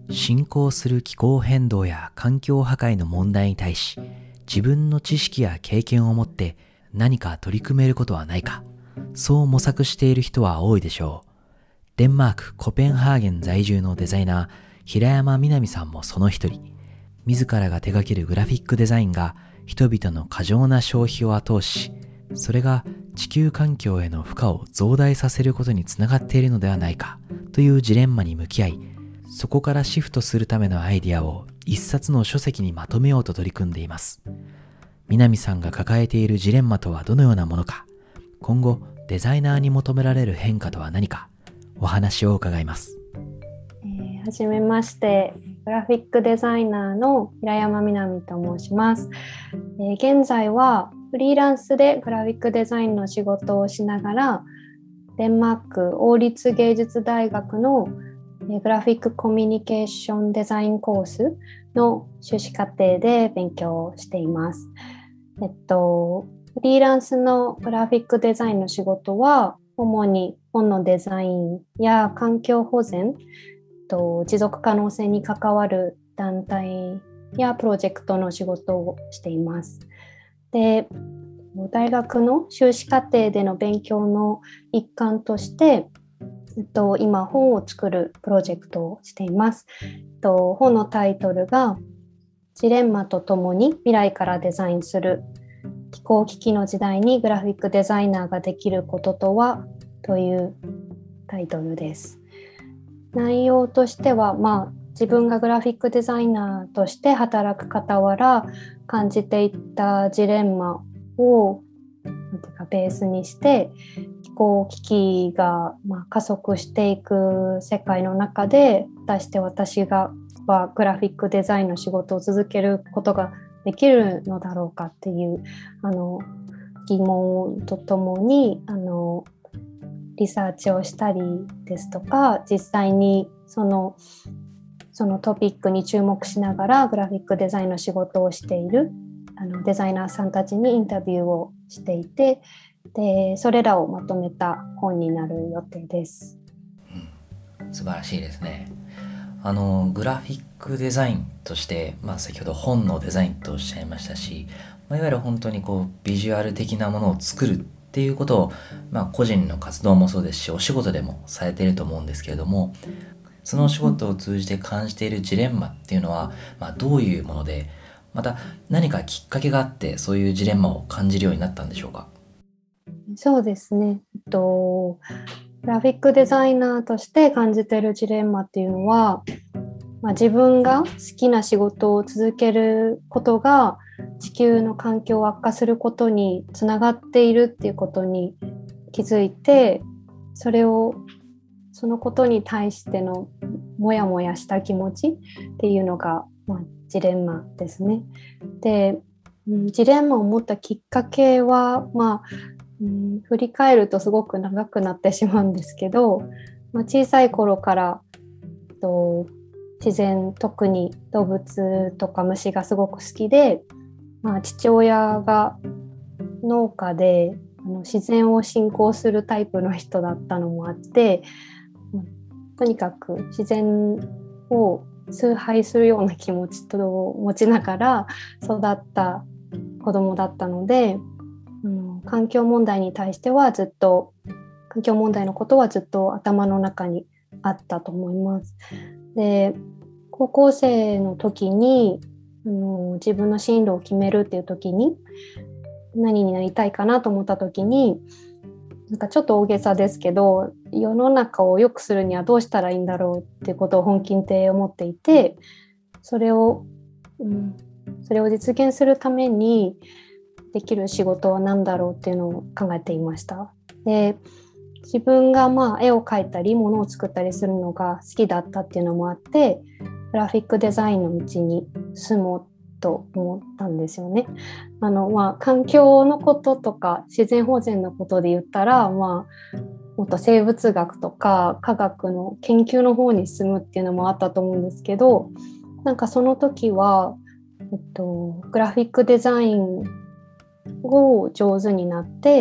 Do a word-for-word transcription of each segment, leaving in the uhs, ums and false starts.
進行する気候変動や環境破壊の問題に対し、自分の知識や経験を持って何か取り組めることはないか、そう模索している人は多いでしょう。デンマーク・コペンハーゲン在住のデザイナー、平山みなみさんもその一人。自らが手掛けるグラフィックデザインが人々の過剰な消費を後押しし、それが地球環境への負荷を増大させることにつながっているのではないかというジレンマに向き合い、そこからシフトするためのアイディアを一冊の書籍にまとめようと取り組んでいます。南さんが抱えているジレンマとはどのようなものか、今後デザイナーに求められる変化とは何か、お話を伺います。 えー、はじめまして、グラフィックデザイナーの平山みなみと申します。えー、現在はフリーランスでグラフィックデザインの仕事をしながら、デンマーク王立芸術大学のグラフィックコミュニケーションデザインコースの修士課程で勉強しています。えっと、フリーランスのグラフィックデザインの仕事は、主に本のデザインや環境保全、と持続可能性に関わる団体やプロジェクトの仕事をしています。で、大学の修士課程での勉強の一環として、えっと、今本を作るプロジェクトをしています。えっと、本のタイトルがジレンマとともに未来からデザインする、気候危機の時代にグラフィックデザイナーができることとはというタイトルです。内容としては、まあ、自分がグラフィックデザイナーとして働く傍ら感じていったジレンマをなんていうかベースにして、気候危機がまあ加速していく世界の中で、果たして私がはグラフィックデザインの仕事を続けることができるのだろうかっていうあの疑問とともに、あのリサーチをしたりですとか、実際にそのそのトピックに注目しながらグラフィックデザインの仕事をしているあのデザイナーさんたちにインタビューをしていて、でそれらをまとめた本になる予定です。 うん、素晴らしいですね。あのグラフィックデザインとして、まあ、先ほど本のデザインとおっしゃいましたし、まあ、いわゆる本当にこうビジュアル的なものを作るっていうことを、まあ、個人の活動もそうですし、お仕事でもされていると思うんですけれども、そのお仕事を通じて感じているジレンマっていうのは、まあ、どういうもので、また何かきっかけがあってそういうジレンマを感じるようになったんでしょうか？ そうですね、えっと、グラフィックデザイナーとして感じているジレンマっていうのは、まあ、自分が好きな仕事を続けることが地球の環境を悪化することにつながっているっていうことに気づいて、それをそのことに対してのモヤモヤした気持ちっていうのが、まあ、ジレンマですね。で、うん、ジレンマを持ったきっかけは、まあうん、振り返るとすごく長くなってしまうんですけど、まあ、小さい頃からと自然、特に動物とか虫がすごく好きで、まあ、父親が農家であの自然を信仰するタイプの人だったのもあって、とにかく自然を崇拝するような気持ちと持ちながら育った子供だったので、うん、環境問題に対してはずっと環境問題のことはずっと頭の中にあったと思います。で、高校生の時に、うん、自分の進路を決めるっていう時に何になりたいかなと思った時に、なんかちょっと大げさですけど、世の中を良くするにはどうしたらいいんだろうっていうことを本気で思っていて、それを、うん、それを実現するためにできる仕事は何だろうっていうのを考えていました。で、自分がまあ絵を描いたり物を作ったりするのが好きだったっていうのもあって、グラフィックデザインの道に進もうと思ったんですよね。あのまあ環境のこととか自然保全のことで言ったら、まあもっと生物学とか科学の研究の方に進むっていうのもあったと思うんですけど、なんかその時は、えっと、グラフィックデザインを上手になって、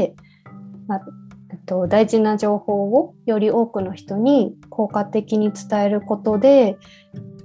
まあえっと、大事な情報をより多くの人に効果的に伝えることで、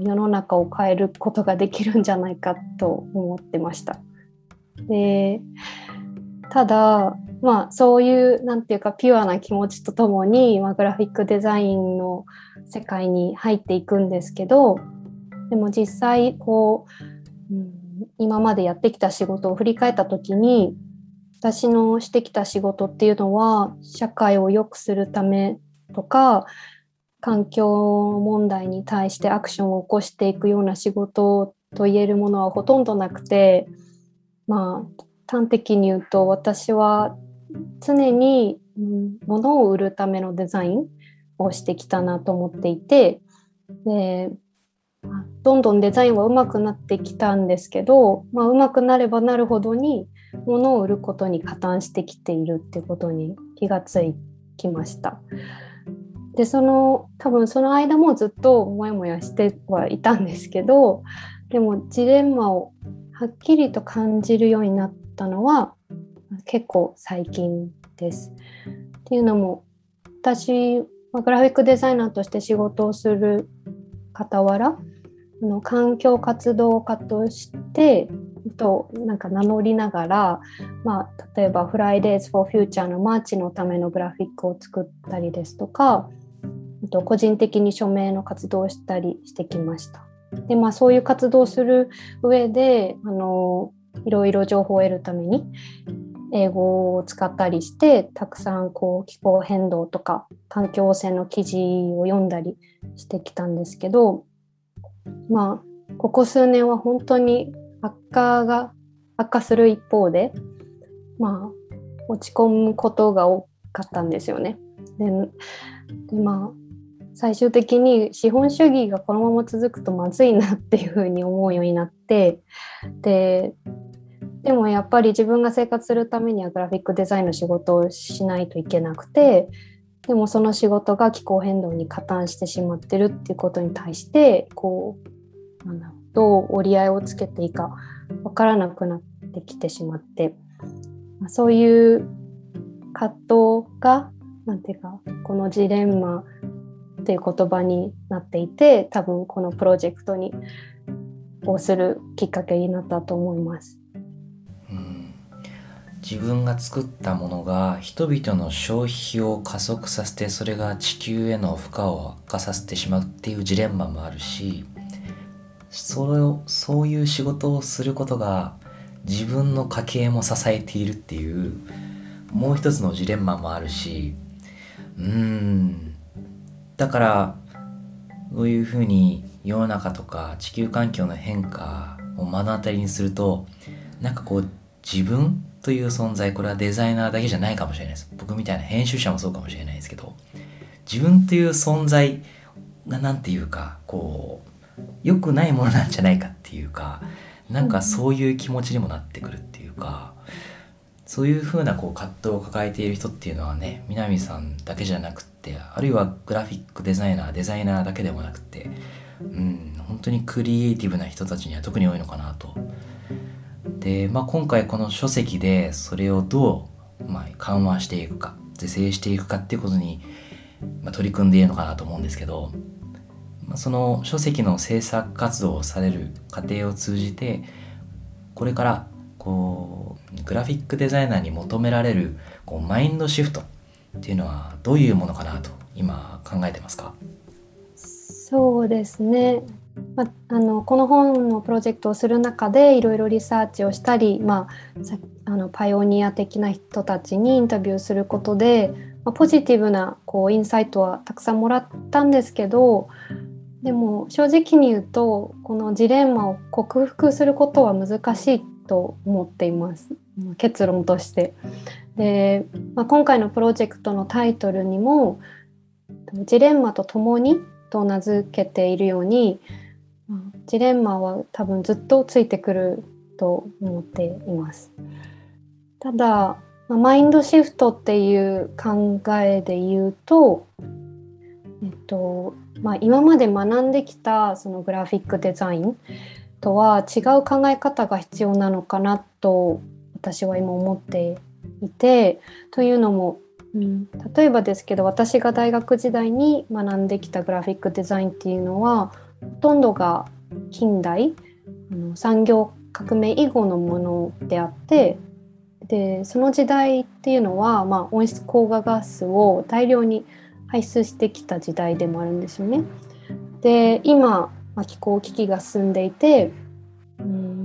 世の中を変えることができるんじゃないかと思ってました。で、ただ、まあ、そういうなんていうかピュアな気持ちとともに、まあ、グラフィックデザインの世界に入っていくんですけど、でも実際こう、うん、今までやってきた仕事を振り返った時に、私のしてきた仕事っていうのは社会を良くするためとか環境問題に対してアクションを起こしていくような仕事と言えるものはほとんどなくて、まあ端的に言うと私は常に、うん、物を売るためのデザインをしてきたなと思っていて、でどんどんデザインは上手くなってきたんですけど、まあ、上手くなればなるほどに物を売ることに加担してきているっていうことに気がつきました。で、その多分その間もずっとモヤモヤしてはいたんですけど、でもジレンマをはっきりと感じるようになったのは結構最近です。っていうのも私はグラフィックデザイナーとして仕事をする傍ら、あの環境活動家としてとなんか名乗りながら、まあ、例えば Fridays for Future のマーチのためのグラフィックを作ったりですとか、あと個人的に署名の活動をしたりしてきました。で、まあ、そういう活動をする上であのいろいろ情報を得るために英語を使ったりしてたくさんこう気候変動とか環境汚染の記事を読んだりしてきたんですけど、まあここ数年は本当に悪化が悪化する一方で、まあ落ち込むことが多かったんですよね。で、でまあ最終的に資本主義がこのまま続くとまずいなっていうふうに思うようになって、ででもやっぱり自分が生活するためにはグラフィックデザインの仕事をしないといけなくて、でもその仕事が気候変動に加担してしまってるっていうことに対してこうなんだろう、どう折り合いをつけていいか分からなくなってきてしまって、そういう葛藤がなんていうかこのジレンマっていう言葉になっていて、多分このプロジェクトにをするきっかけになったと思います。 自分が作ったものが人々の消費を加速させて、それが地球への負荷を悪化させてしまうっていうジレンマもあるし、それをそういう仕事をすることが自分の家計も支えているっていうもう一つのジレンマもあるし、うーんだからそういうふうに世の中とか地球環境の変化を目の当たりにすると、なんかこう自分という存在、これはデザイナーだけじゃないかもしれないです。僕みたいな編集者もそうかもしれないですけど、自分という存在がなんていうかこう良くないものなんじゃないかっていうか、なんかそういう気持ちにもなってくるっていうか、そういう風なこう葛藤を抱えている人っていうのはね、南さんだけじゃなくて、あるいはグラフィックデザイナーデザイナーだけでもなくて、うん本当にクリエイティブな人たちには特に多いのかなと。で、まあ、今回この書籍でそれをどう、まあ、緩和していくか是正していくかっていうことに、まあ、取り組んでいるのかなと思うんですけど、まあ、その書籍の制作活動をされる過程を通じて、これからこうグラフィックデザイナーに求められるこうマインドシフトっていうのはどういうものかなと今考えてますか？ そうですね、まあ、あのこの本のプロジェクトをする中でいろいろリサーチをしたり、まあ、あのパイオニア的な人たちにインタビューすることで、まあ、ポジティブなこうインサイトはたくさんもらったんですけど、でも正直に言うとこのジレンマを克服することは難しいと思っています、結論として。で、まあ、今回のプロジェクトのタイトルにもジレンマと共にと名付けているように、ジレンマは多分ずっとついてくると思っています。ただマインドシフトっていう考えで言うと、えっとまあ、今まで学んできたそのグラフィックデザインとは違う考え方が必要なのかなと私は今思っていて、というのも、うん、例えばですけど私が大学時代に学んできたグラフィックデザインっていうのはほとんどが近代、あの産業革命以後のものであって、でその時代っていうのは、まあ、温室効果ガスを大量に排出してきた時代でもあるんですよね。で今、まあ、気候危機が進んでいて、うん、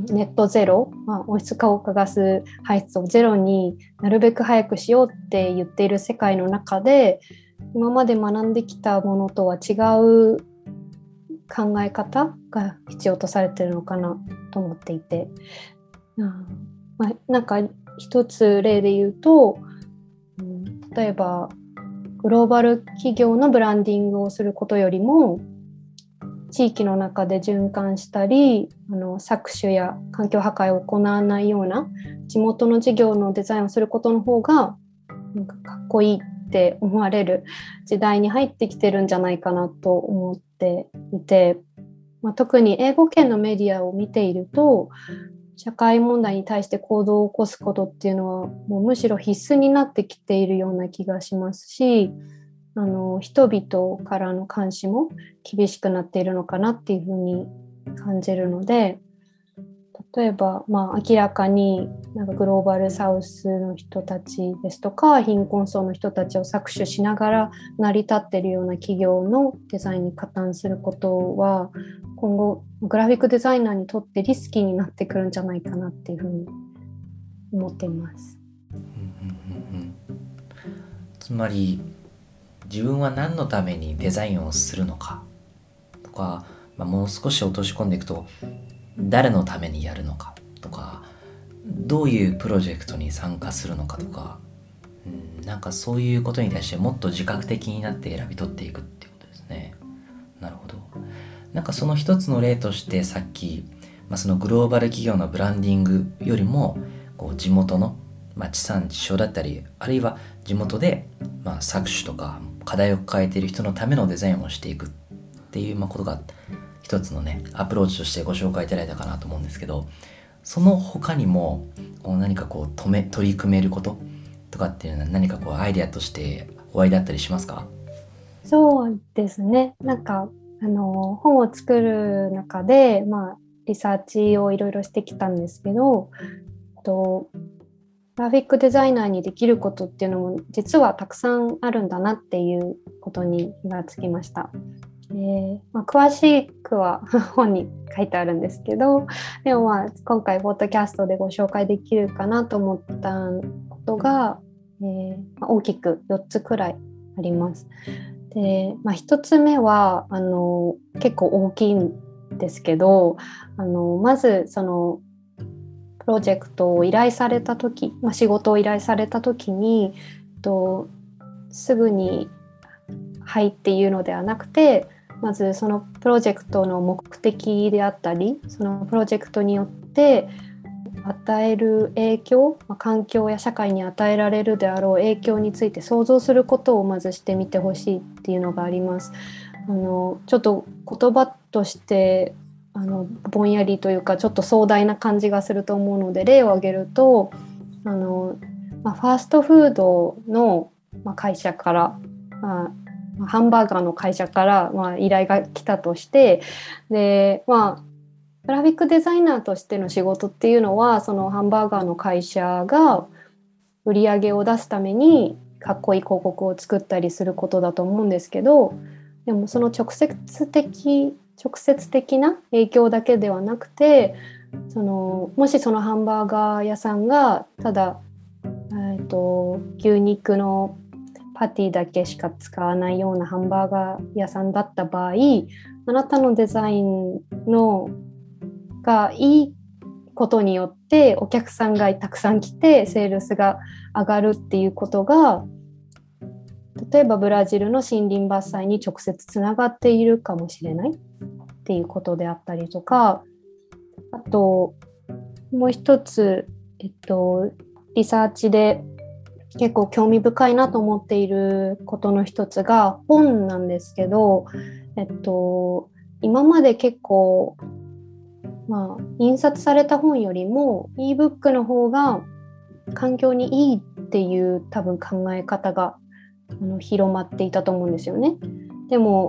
ネットゼロ、まあ、温室効果ガス排出をゼロになるべく早くしようって言っている世界の中で、今まで学んできたものとは違う考え方が必要とされているのかなと思っていて、うんまあ、なんか一つ例で言うと、うん、例えばグローバル企業のブランディングをすることよりも、地域の中で循環したり、あの搾取や環境破壊を行わないような地元の事業のデザインをすることの方がなんかかっこいいって思われる時代に入ってきてるんじゃないかなと思っていて、まあ、特に英語圏のメディアを見ていると、社会問題に対して行動を起こすことっていうのはもうむしろ必須になってきているような気がしますし、あの人々からの監視も厳しくなっているのかなっていうふうに感じるので、例えば、まあ、明らかになんかグローバルサウスの人たちですとか貧困層の人たちを搾取しながら成り立っているような企業のデザインに加担することは、今後グラフィックデザイナーにとってリスキーになってくるんじゃないかなっていうふうに思っています。 うんうんうんうん、つまり自分は何のためにデザインをするのかとか、まあ、もう少し落とし込んでいくと誰のためにやるのかとか、どういうプロジェクトに参加するのかとか、うん、なんかそういうことに対してもっと自覚的になって選び取っていくっていうことですね。なるほど。なんかその一つの例としてさっき、まあ、そのグローバル企業のブランディングよりもこう地元の、まあ、地産地消だったり、あるいは地元で、まあ、搾取とか課題を抱えている人のためのデザインをしていくっていう、まあ、ことが一つのねアプローチとしてご紹介いただいたかなと思うんですけど、その他にもこう何かこう止め取り組めることとかっていうのは何かこうアイデアとしておありだったりしますか？ そうですね。なんかあの本を作る中で、まあ、リサーチをいろいろしてきたんですけど、とグラフィックデザイナーにできることっていうのも実はたくさんあるんだなっていうことに気がつきました。えーまあ、詳しくは本に書いてあるんですけど、でも、まあ、今回ポッドキャストでご紹介できるかなと思ったことが、えーまあ、大きくよっつくらいあります。で、まあ、ひとつめはあの結構大きいんですけど、あのまずそのプロジェクトを依頼された時、まあ、仕事を依頼された時にとすぐにはいっていうのではなくて、まずそのプロジェクトの目的であったり、そのプロジェクトによって与える影響、まあ、環境や社会に与えられるであろう影響について想像することをまずしてみてほしいっていうのがあります。あのちょっと言葉としてあのぼんやりというかちょっと壮大な感じがすると思うので、例を挙げると、あの、まあ、ファーストフードの、まあ、会社から、まあハンバーガーの会社から、まあ、依頼が来たとして、で、まあ、グラフィックデザイナーとしての仕事っていうのは、そのハンバーガーの会社が売り上げを出すためにかっこいい広告を作ったりすることだと思うんですけど、でもその直接的直接的な影響だけではなくて、そのもしそのハンバーガー屋さんがただ、えーと、牛肉のパティだけしか使わないようなハンバーガー屋さんだった場合、あなたのデザインのがいいことによってお客さんがたくさん来てセールスが上がるっていうことが、例えばブラジルの森林伐採に直接つながっているかもしれないっていうことであったりとか、あともう一つ、えっと、リサーチで結構興味深いなと思っていることの一つが本なんですけど、えっと、今まで結構、まあ、印刷された本よりも e-book の方が環境にいいっていう多分考え方があの広まっていたと思うんですよね。でも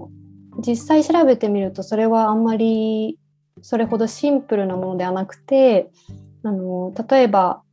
実際調べてみるとそれはあんまりそれほどシンプルなものではなくて、あの例えば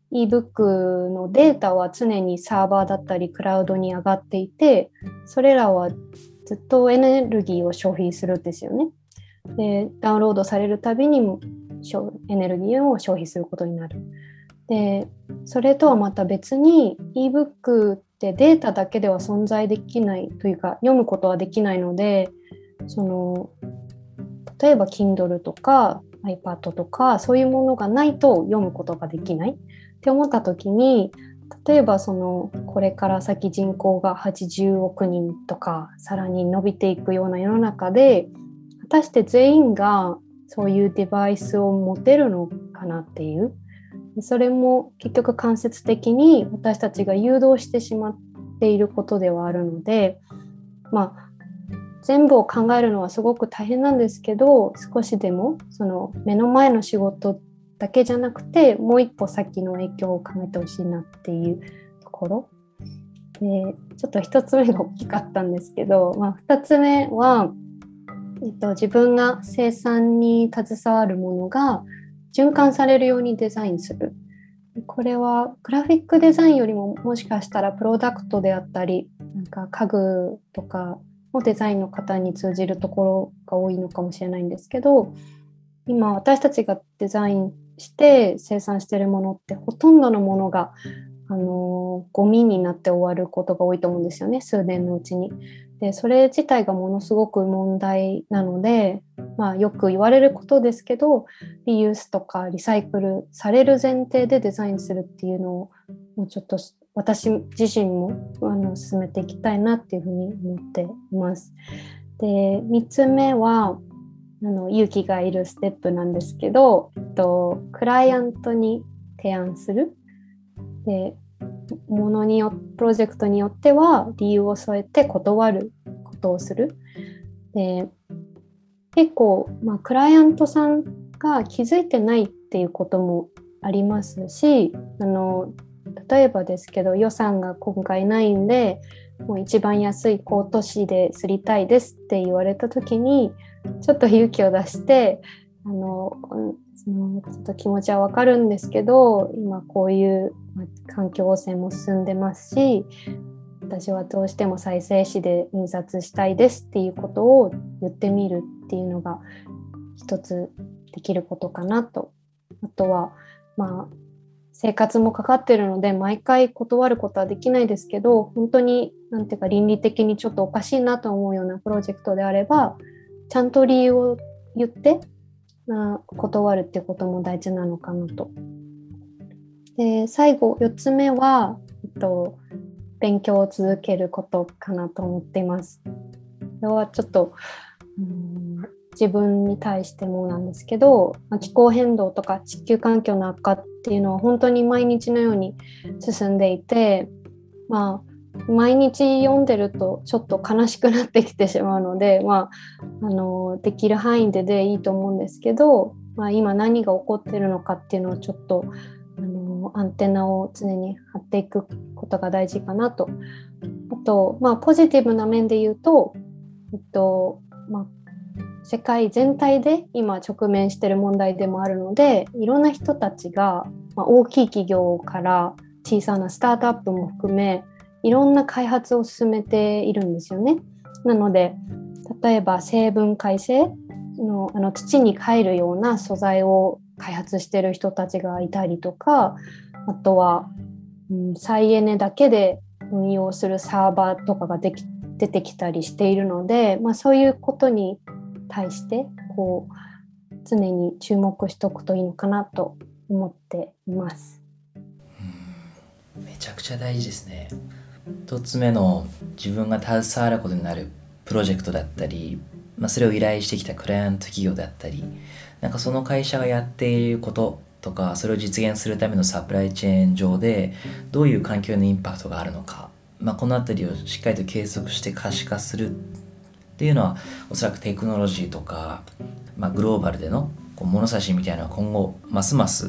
ebook のデータは常にサーバーだったりクラウドに上がっていて、それらはずっとエネルギーを消費するんですよね。でダウンロードされるたびにエネルギーを消費することになる。でそれとはまた別に ebook ってデータだけでは存在できないというか、読むことはできないので、その例えば Kindle とか iPad とかそういうものがないと読むことができないって思った時に、例えばそのこれから先人口がはちじゅうおくにんとかさらに伸びていくような世の中で、果たして全員がそういうデバイスを持てるのかなっていう、それも結局間接的に私たちが誘導してしまっていることではあるので、まあ全部を考えるのはすごく大変なんですけど、少しでもその目の前の仕事だけじゃなくてもう一歩先の影響を考えてほしいなっていうところで、ちょっと一つ目が大きかったんですけど、まあ、二つ目は、えっと、自分が生産に携わるものが循環されるようにデザインする。これはグラフィックデザインよりももしかしたらプロダクトであったり、なんか家具とかのデザインの方に通じるところが多いのかもしれないんですけど、今私たちがデザインして生産しているものってほとんどのものがあのゴミになって終わることが多いと思うんですよね、数年のうちに。でそれ自体がものすごく問題なので、まあ、よく言われることですけど、リユースとかリサイクルされる前提でデザインするっていうのをもうちょっと私自身もあの進めていきたいなっていうふうに思っています。でみっつめはあの勇気がいるステップなんですけど、えっと、クライアントに提案する。でものによプロジェクトによっては理由を添えて断ることをする。で結構、まあ、クライアントさんが気づいてないっていうこともありますし、あの例えばですけど予算が今回ないんでもう一番安いコート紙ですりたいですって言われた時にちょっと勇気を出して、あのそのちょっと気持ちはわかるんですけど、今こういう環境汚染も進んでますし、私はどうしても再生紙で印刷したいですっていうことを言ってみるっていうのが一つできることかなと。あとはまあ生活もかかってるので毎回断ることはできないですけど、本当になんていうか倫理的にちょっとおかしいなと思うようなプロジェクトであればちゃんと理由を言って断るっていうことも大事なのかなと。で最後よっつめは、えっと、勉強を続けることかなと思っています。これはちょっとうーん自分に対してもなんですけど、気候変動とか地球環境の悪化っていうのは本当に毎日のように進んでいて、まあ毎日読んでるとちょっと悲しくなってきてしまうので、まあ、あのできる範囲ででいいと思うんですけど、まあ、今何が起こってるのかっていうのをちょっとあのアンテナを常に張っていくことが大事かなと。あと、まあ、ポジティブな面で言うと、えっとまあ、世界全体で今直面している問題でもあるので、いろんな人たちが、まあ、大きい企業から小さなスタートアップも含めいろんな開発を進めているんですよね。なので例えば生分解性の、あの土に還るような素材を開発している人たちがいたりとか、あとは、うん、再エネだけで運用するサーバーとかができ出てきたりしているので、まあ、そういうことに対してこう常に注目しておくといいのかなと思っています。 うん、めちゃくちゃ大事ですね。一つ目の自分が携わることになるプロジェクトだったり、まあ、それを依頼してきたクライアント企業だったり、なんかその会社がやっていることとか、それを実現するためのサプライチェーン上でどういう環境のインパクトがあるのか、まあ、このあたりをしっかりと計測して可視化するっていうのは、おそらくテクノロジーとか、まあ、グローバルでのこう物差しみたいなのは今後ますます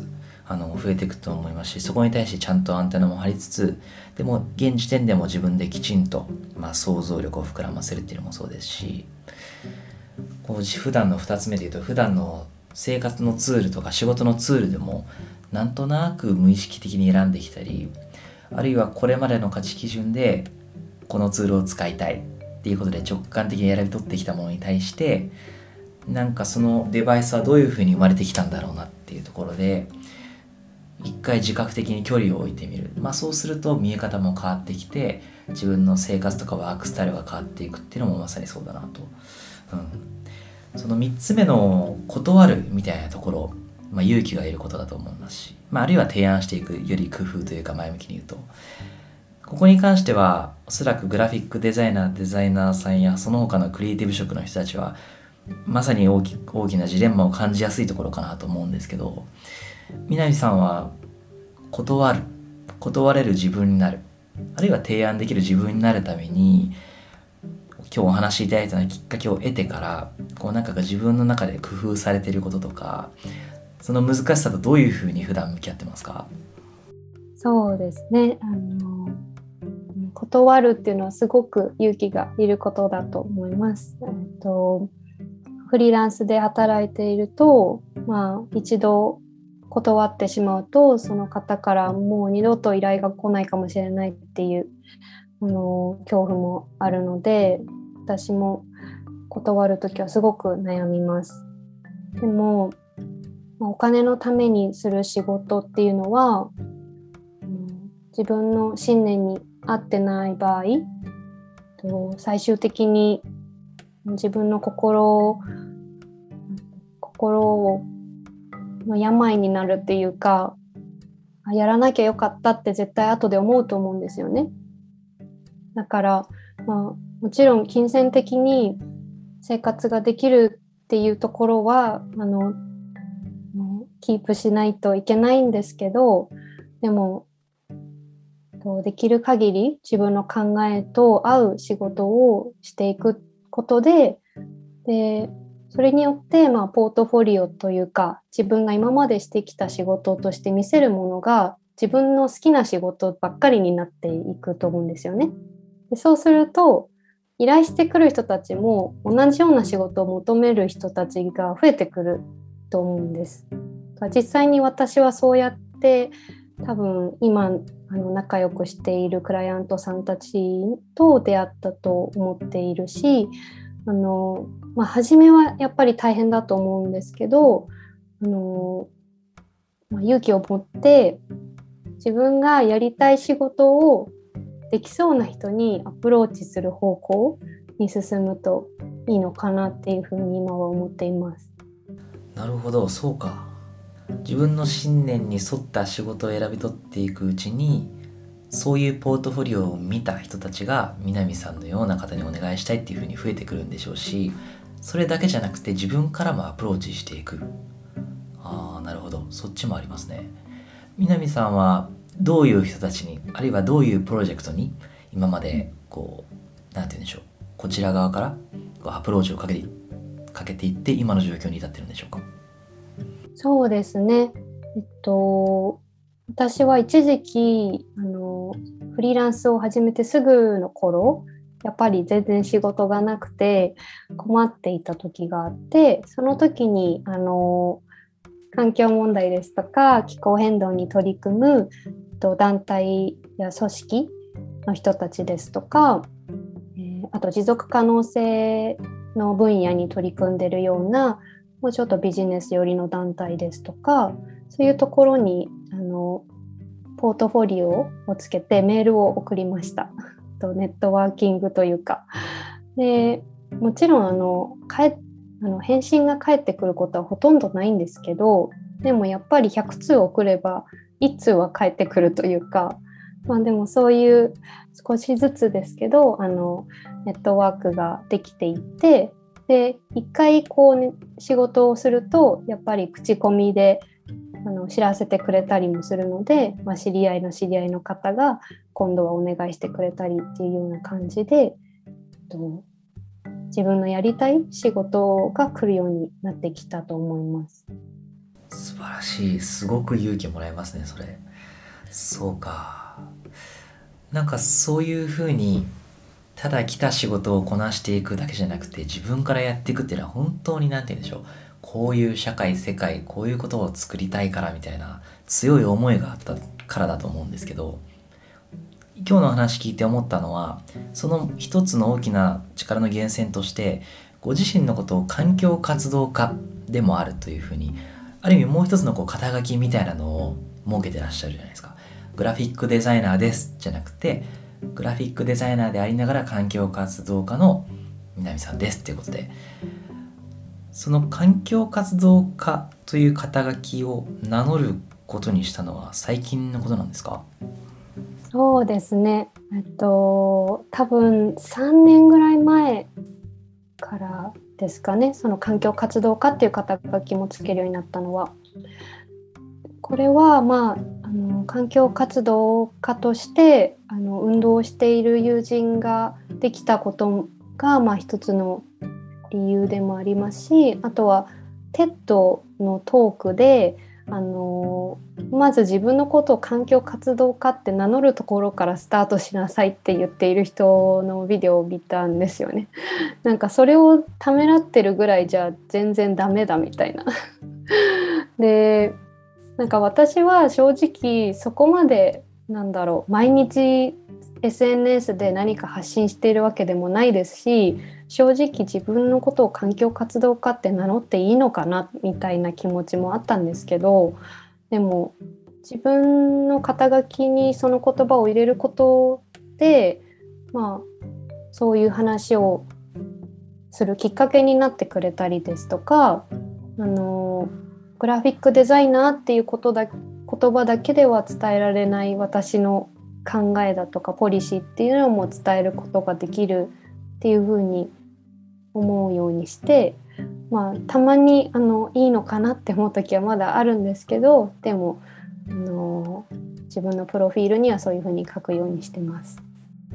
あの増えていくと思いますし、そこに対してちゃんとアンテナも張りつつ、でも現時点でも自分できちんと、まあ、想像力を膨らませるっていうのもそうですし、こう普段のふたつめで言うと、普段の生活のツールとか仕事のツールでもなんとなく無意識的に選んできたり、あるいはこれまでの価値基準でこのツールを使いたいっていうことで直感的に選び取ってきたものに対して、なんかそのデバイスはどういうふうに生まれてきたんだろうなっていうところで一回自覚的に距離を置いてみる。まあそうすると見え方も変わってきて、自分の生活とかワークスタイルが変わっていくっていうのもまさにそうだなと。うん、そのみっつめの断るみたいなところ、まあ、勇気がいることだと思いますし、まあ、あるいは提案していく、より工夫というか前向きに言うと、ここに関してはおそらくグラフィックデザイナーデザイナーさんやその他のクリエイティブ職の人たちはまさに大き、大きなジレンマを感じやすいところかなと思うんですけど、南さんは断る、断れる自分になる、あるいは提案できる自分になるために、今日お話しいただいたきっかけを得てから、こうなんか自分の中で工夫されていることとか、その難しさとどういうふうに普段向き合ってますか？ そうですね。あの断るっていうのはすごく勇気がいることだと思います。えっと、フリーランスで働いていると、まあ、一度断ってしまうとその方からもう二度と依頼が来ないかもしれないっていうあの恐怖もあるので、私も断るときはすごく悩みます。でもお金のためにする仕事っていうのは、自分の信念に合ってない場合、最終的に自分の心を心を病になるっていうか、やらなきゃよかったって絶対後で思うと思うんですよね。だから、まあ、もちろん金銭的に生活ができるっていうところはあのキープしないといけないんですけど、でもできる限り自分の考えと合う仕事をしていくことで、でそれによって、まあ、ポートフォリオというか自分が今までしてきた仕事として見せるものが自分の好きな仕事ばっかりになっていくと思うんですよね。でそうすると依頼してくる人たちも同じような仕事を求める人たちが増えてくると思うんです。実際に私はそうやって多分今あの仲良くしているクライアントさんたちと出会ったと思っているし、あの、まあ、初めはやっぱり大変だと思うんですけど、あの、まあ、勇気を持って自分がやりたい仕事をできそうな人にアプローチする方向に進むといいのかなっていうふうに今は思っています。 なるほど、そうか。自分の信念に沿った仕事を選び取っていくうちに、そういうポートフォリオを見た人たちが南さんのような方にお願いしたいっていう風に増えてくるんでしょうし、それだけじゃなくて自分からもアプローチしていく。ああ、なるほど、そっちもありますね。南さんはどういう人たちに、あるいはどういうプロジェクトに今までこう、なんて言うんでしょう、こちら側からこうアプローチをかけてかけていって今の状況に至ってるんでしょうか？ そうですね。えっと、私は一時期あのフリーランスを始めてすぐの頃、やっぱり全然仕事がなくて困っていた時があって、その時にあの環境問題ですとか気候変動に取り組む団体や組織の人たちですとか、あと持続可能性の分野に取り組んでいるようなもうちょっとビジネス寄りの団体ですとか、そういうところにあのポートフォリオをつけてメールを送りました。ネットワーキングというか。でもちろんあのかえあの返信が返ってくることはほとんどないんですけど、でもやっぱりひゃくつう送ればいっつうは返ってくるというか、まあ、でもそういう少しずつですけどあのネットワークができていって、で一回こう、ね、仕事をするとやっぱり口コミであの知らせてくれたりもするので、まあ、知り合いの知り合いの方が今度はお願いしてくれたりっていうような感じで、と自分のやりたい仕事が来るようになってきたと思います。 素晴らしい。すごく勇気もらえますね、それ。そうか。なんかそういうふうに、ただ来た仕事をこなしていくだけじゃなくて、自分からやっていくっていうのは本当になんて言うんでしょう。こういう社会、世界、こういうことを作りたいからみたいな強い思いがあったからだと思うんですけど、今日の話聞いて思ったのは、その一つの大きな力の源泉として、ご自身のことを環境活動家でもあるというふうに、ある意味もう一つのこう肩書きみたいなのを設けてらっしゃるじゃないですか。グラフィックデザイナーですじゃなくて、グラフィックデザイナーでありながら環境活動家の南さんですっていうことで、その環境活動家という肩書きを名乗ることにしたのは最近のことなんですか？ そうですね。えっと、多分さんねんぐらい前からですかね。その環境活動家っていう肩書きもつけるようになったのは。これは、まあ、あの環境活動家としてあの運動をしている友人ができたことが、まあ、一つの理由でもありますし、あとは テッド のトークであのまず自分のことを環境活動家って名乗るところからスタートしなさいって言っている人のビデオを見たんですよね。なんかそれをためらってるぐらいじゃ全然ダメだみたいな。で、なんか私は正直そこまでなんだろう、毎日 エスエヌエス で何か発信しているわけでもないですし、正直自分のことを環境活動家って名乗っていいのかなみたいな気持ちもあったんですけど、でも自分の肩書きにその言葉を入れることで、まあそういう話をするきっかけになってくれたりですとか、あのグラフィックデザイナーっていうことだ言葉だけでは伝えられない私の考えだとかポリシーっていうのも伝えることができるっていうふうに思うようにして、まあ、たまにあのいいのかなって思う時はまだあるんですけど、でもあの自分のプロフィールにはそういうふうに書くようにしてます。 うん、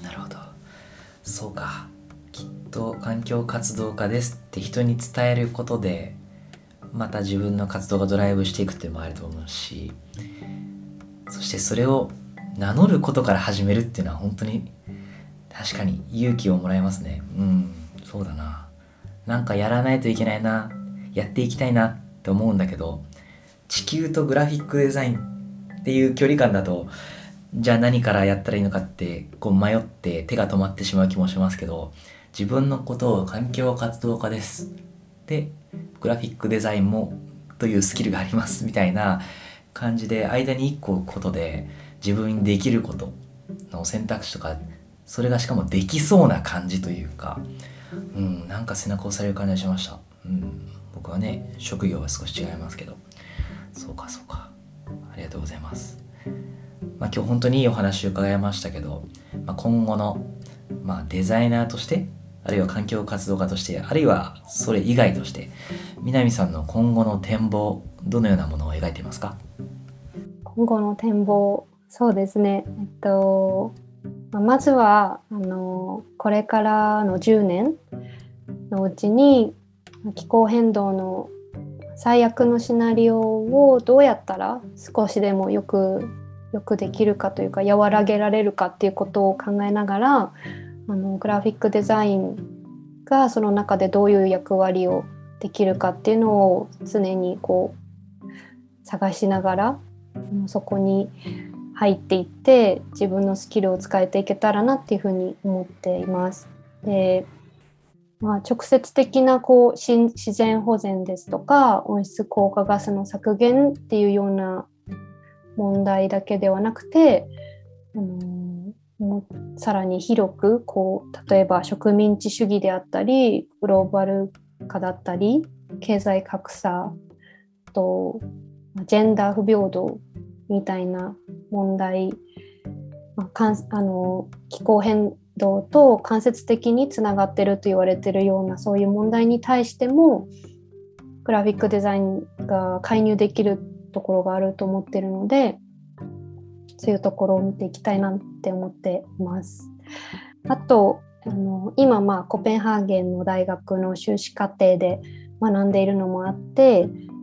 なるほど。そうか。きっと環境活動家ですって人に伝えることで、また自分の活動がドライブしていくっていうのもあると思うし、そしてそれを名乗ることから始めるっていうのは本当に確かに勇気をもらえますね。うん、そうだな。なんかやらないといけないな、やっていきたいなって思うんだけど、地球とグラフィックデザインっていう距離感だと、じゃあ何からやったらいいのかってこう迷って手が止まってしまう気もしますけど、自分のことを環境活動家ですでグラフィックデザインもというスキルがありますみたいな感じで間に一個置くことで、自分にできることの選択肢とか、それがしかもできそうな感じというか、うん、なんか背中を押される感じがしました。うん、僕はね職業は少し違いますけど。そうかそうか、ありがとうございます。まあ、今日本当にいいお話を伺いましたけど、まあ、今後の、まあ、デザイナーとして、あるいは環境活動家として、あるいはそれ以外として南さんの今後の展望、どのようなものを描いていますか？ 今後の展望、そうですね、えっと、まずはあのこれからのじゅうねんのうちに気候変動の最悪のシナリオをどうやったら少しでもよくよくできるかというか和らげられるかっていうことを考えながら、あのグラフィックデザインがその中でどういう役割をできるかっていうのを常にこう探しながら、そこに入っていって自分のスキルを使えていけたらなっていうふうに思っています。で、まあ、直接的なこう自然保全ですとか温室効果ガスの削減っていうような問題だけではなくて、あのもうさらに広くこう例えば植民地主義であったりグローバル化だったり経済格差とジェンダー不平等みたいな問題、まあ、かんあの気候変動と間接的につながっていると言われているようなそういう問題に対してもグラフィックデザインが介入できるところがあると思っているので、そういうところを見ていきたいなって思っています。あとあの今、まあ、コペンハーゲンの大学の修士課程で学んでいるのもあって、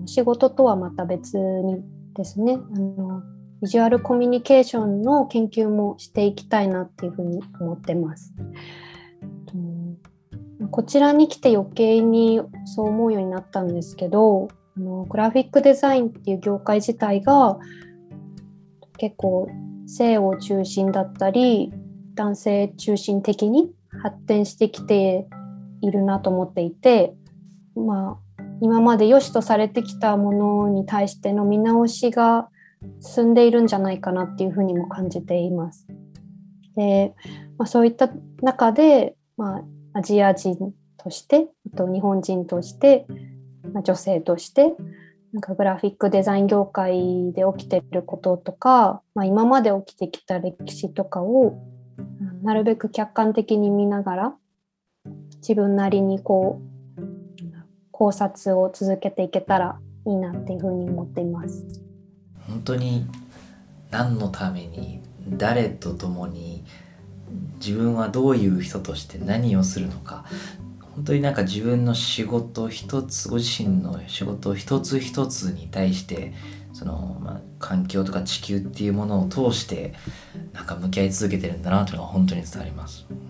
仕事とはまた別にですね、あのビジュアルコミュニケーションの研究もしていきたいなっていうふうに思ってます。うん、こちらに来て余計にそう思うようになったんですけど、あのグラフィックデザインっていう業界自体が結構性を中心だったり男性中心的に発展してきているなと思っていて、まあ、今まで良しとされてきたものに対しての見直しが進んでいるんじゃないかなっていうふうにも感じています。で、まあ、そういった中で、まあ、アジア人としてあと日本人として、まあ、女性としてなんかグラフィックデザイン業界で起きていることとか、まあ、今まで起きてきた歴史とかをなるべく客観的に見ながら自分なりにこう考察を続けていけたらいいなっていうふうに思っています。 本当に何のために誰と共に自分はどういう人として何をするのか、本当になんか自分の仕事一つ、ご自身の仕事一つ一つに対してその、まあ、環境とか地球っていうものを通してなんか向き合い続けてるんだなというのが本当に伝わります。うん、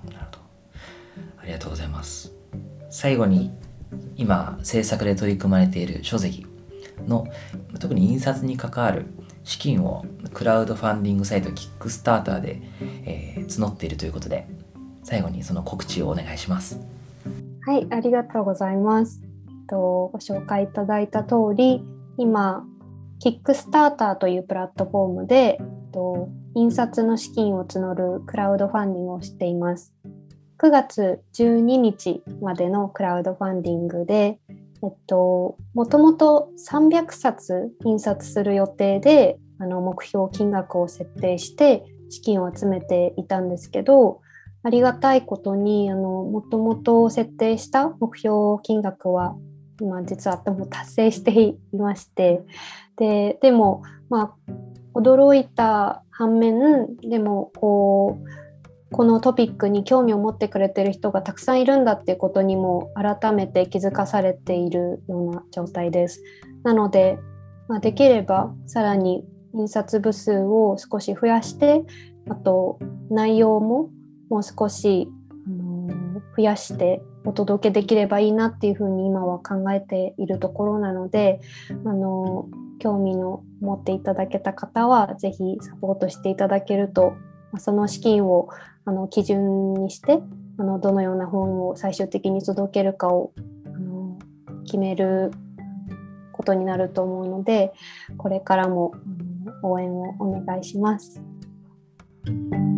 なるほど。ありがとうございます。最後に今制作で取り組まれている書籍の特に印刷に関わる資金をクラウドファンディングサイトキックスターターで、えー、募っているということで、最後にその告知をお願いします。 はい、ありがとうございます。とご紹介いただいた通り、今キックスターターというプラットフォームでと印刷の資金を募るクラウドファンディングをしています。くがつじゅうににちまでのクラウドファンディングで、えっと、もともとさんびゃくさつ印刷する予定であの目標金額を設定して資金を集めていたんですけど、ありがたいことにあのもともと設定した目標金額は今実はもう達成していまして、で、でも、まあ、驚いた反面でもこうこのトピックに興味を持ってくれている人がたくさんいるんだっていうことにも改めて気づかされているような状態です。なので、まあ、できればさらに印刷部数を少し増やして、あと内容ももう少し、あのー、増やしてお届けできればいいなっていうふうに今は考えているところなので、あのー、興味の持っていただけた方はぜひサポートしていただけると、その資金をあの基準にしてあのどのような本を最終的に届けるかをあの決めることになると思うので、これからもあの応援をお願いします。